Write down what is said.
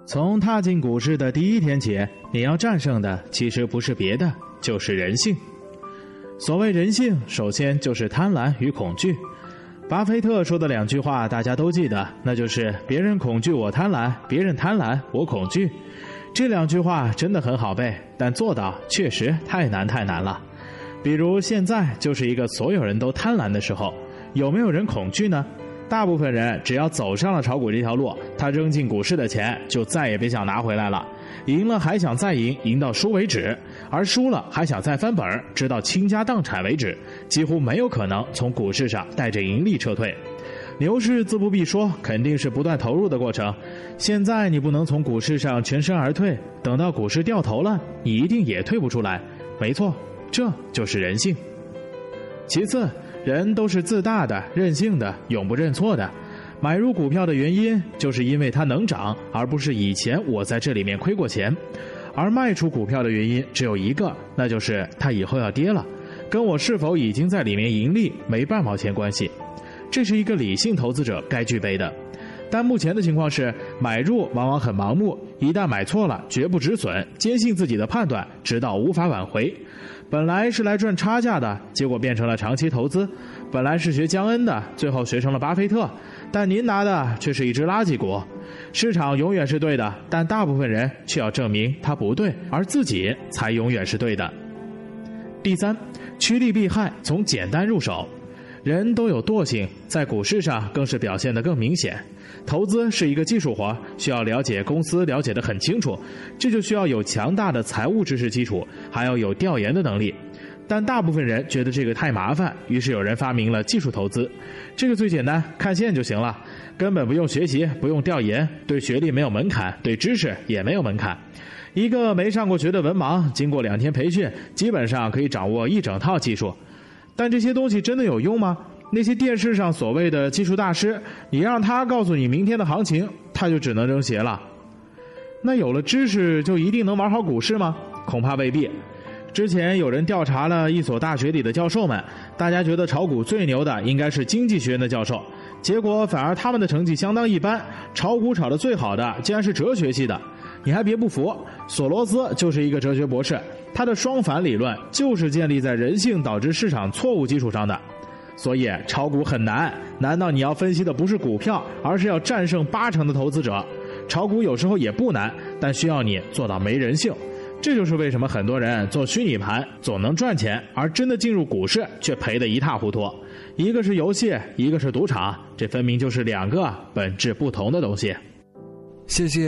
从踏进股市的第一天起，你要战胜的其实不是别的，就是人性。所谓人性，首先就是贪婪与恐惧。巴菲特说的2句话大家都记得，那就是别人恐惧我贪婪，别人贪婪我恐惧。这2句话真的很好背，但做到确实太难了。比如现在就是一个所有人都贪婪的时候，有没有人恐惧呢？大部分人只要走上了炒股这条路，他扔进股市的钱就再也别想拿回来了，赢了还想再赢，赢到输为止，而输了还想再翻本，直到倾家荡产为止，几乎没有可能从股市上带着盈利撤退。牛市自不必说，肯定是不断投入的过程。现在你不能从股市上全身而退，等到股市掉头了，你一定也退不出来。没错，这就是人性。其次，人都是自大的、任性的、永不认错的。买入股票的原因，就是因为它能涨，而不是以前我在这里面亏过钱。而卖出股票的原因只有一个，那就是它以后要跌了，跟我是否已经在里面盈利没半毛钱关系。这是一个理性投资者该具备的。但目前的情况是，买入往往很盲目，一旦买错了，绝不止损，坚信自己的判断，直到无法挽回。本来是来赚差价的，结果变成了长期投资；本来是学江恩的，最后学成了巴菲特。但您拿的却是一只垃圾股。市场永远是对的，但大部分人却要证明它不对，而自己才永远是对的。第3，趋利避害，从简单入手。人都有惰性，在股市上更是表现得更明显。投资是一个技术活，需要了解公司了解得很清楚，这就需要有强大的财务知识基础，还要有调研的能力。但大部分人觉得这个太麻烦，于是有人发明了技术投资。这个最简单，看线就行了，根本不用学习，不用调研，对学历没有门槛，对知识也没有门槛。一个没上过学的文盲，经过2天培训，基本上可以掌握一整套技术。但这些东西真的有用吗？那些电视上所谓的技术大师，你让他告诉你明天的行情，他就只能扔鞋了。那有了知识就一定能玩好股市吗？恐怕未必。之前有人调查了一所大学里的教授们，大家觉得炒股最牛的应该是经济学院的教授，结果反而他们的成绩相当一般，炒股炒得最好的竟然是哲学系的。你还别不服，索罗斯就是一个哲学博士，他的双反理论就是建立在人性导致市场错误基础上的。所以炒股很难，难道你要分析的不是股票，而是要战胜80%的投资者？炒股有时候也不难，但需要你做到没人性。这就是为什么很多人做虚拟盘总能赚钱，而真的进入股市却赔得一塌糊涂。一个是游戏，一个是赌场，这分明就是2个本质不同的东西。 谢谢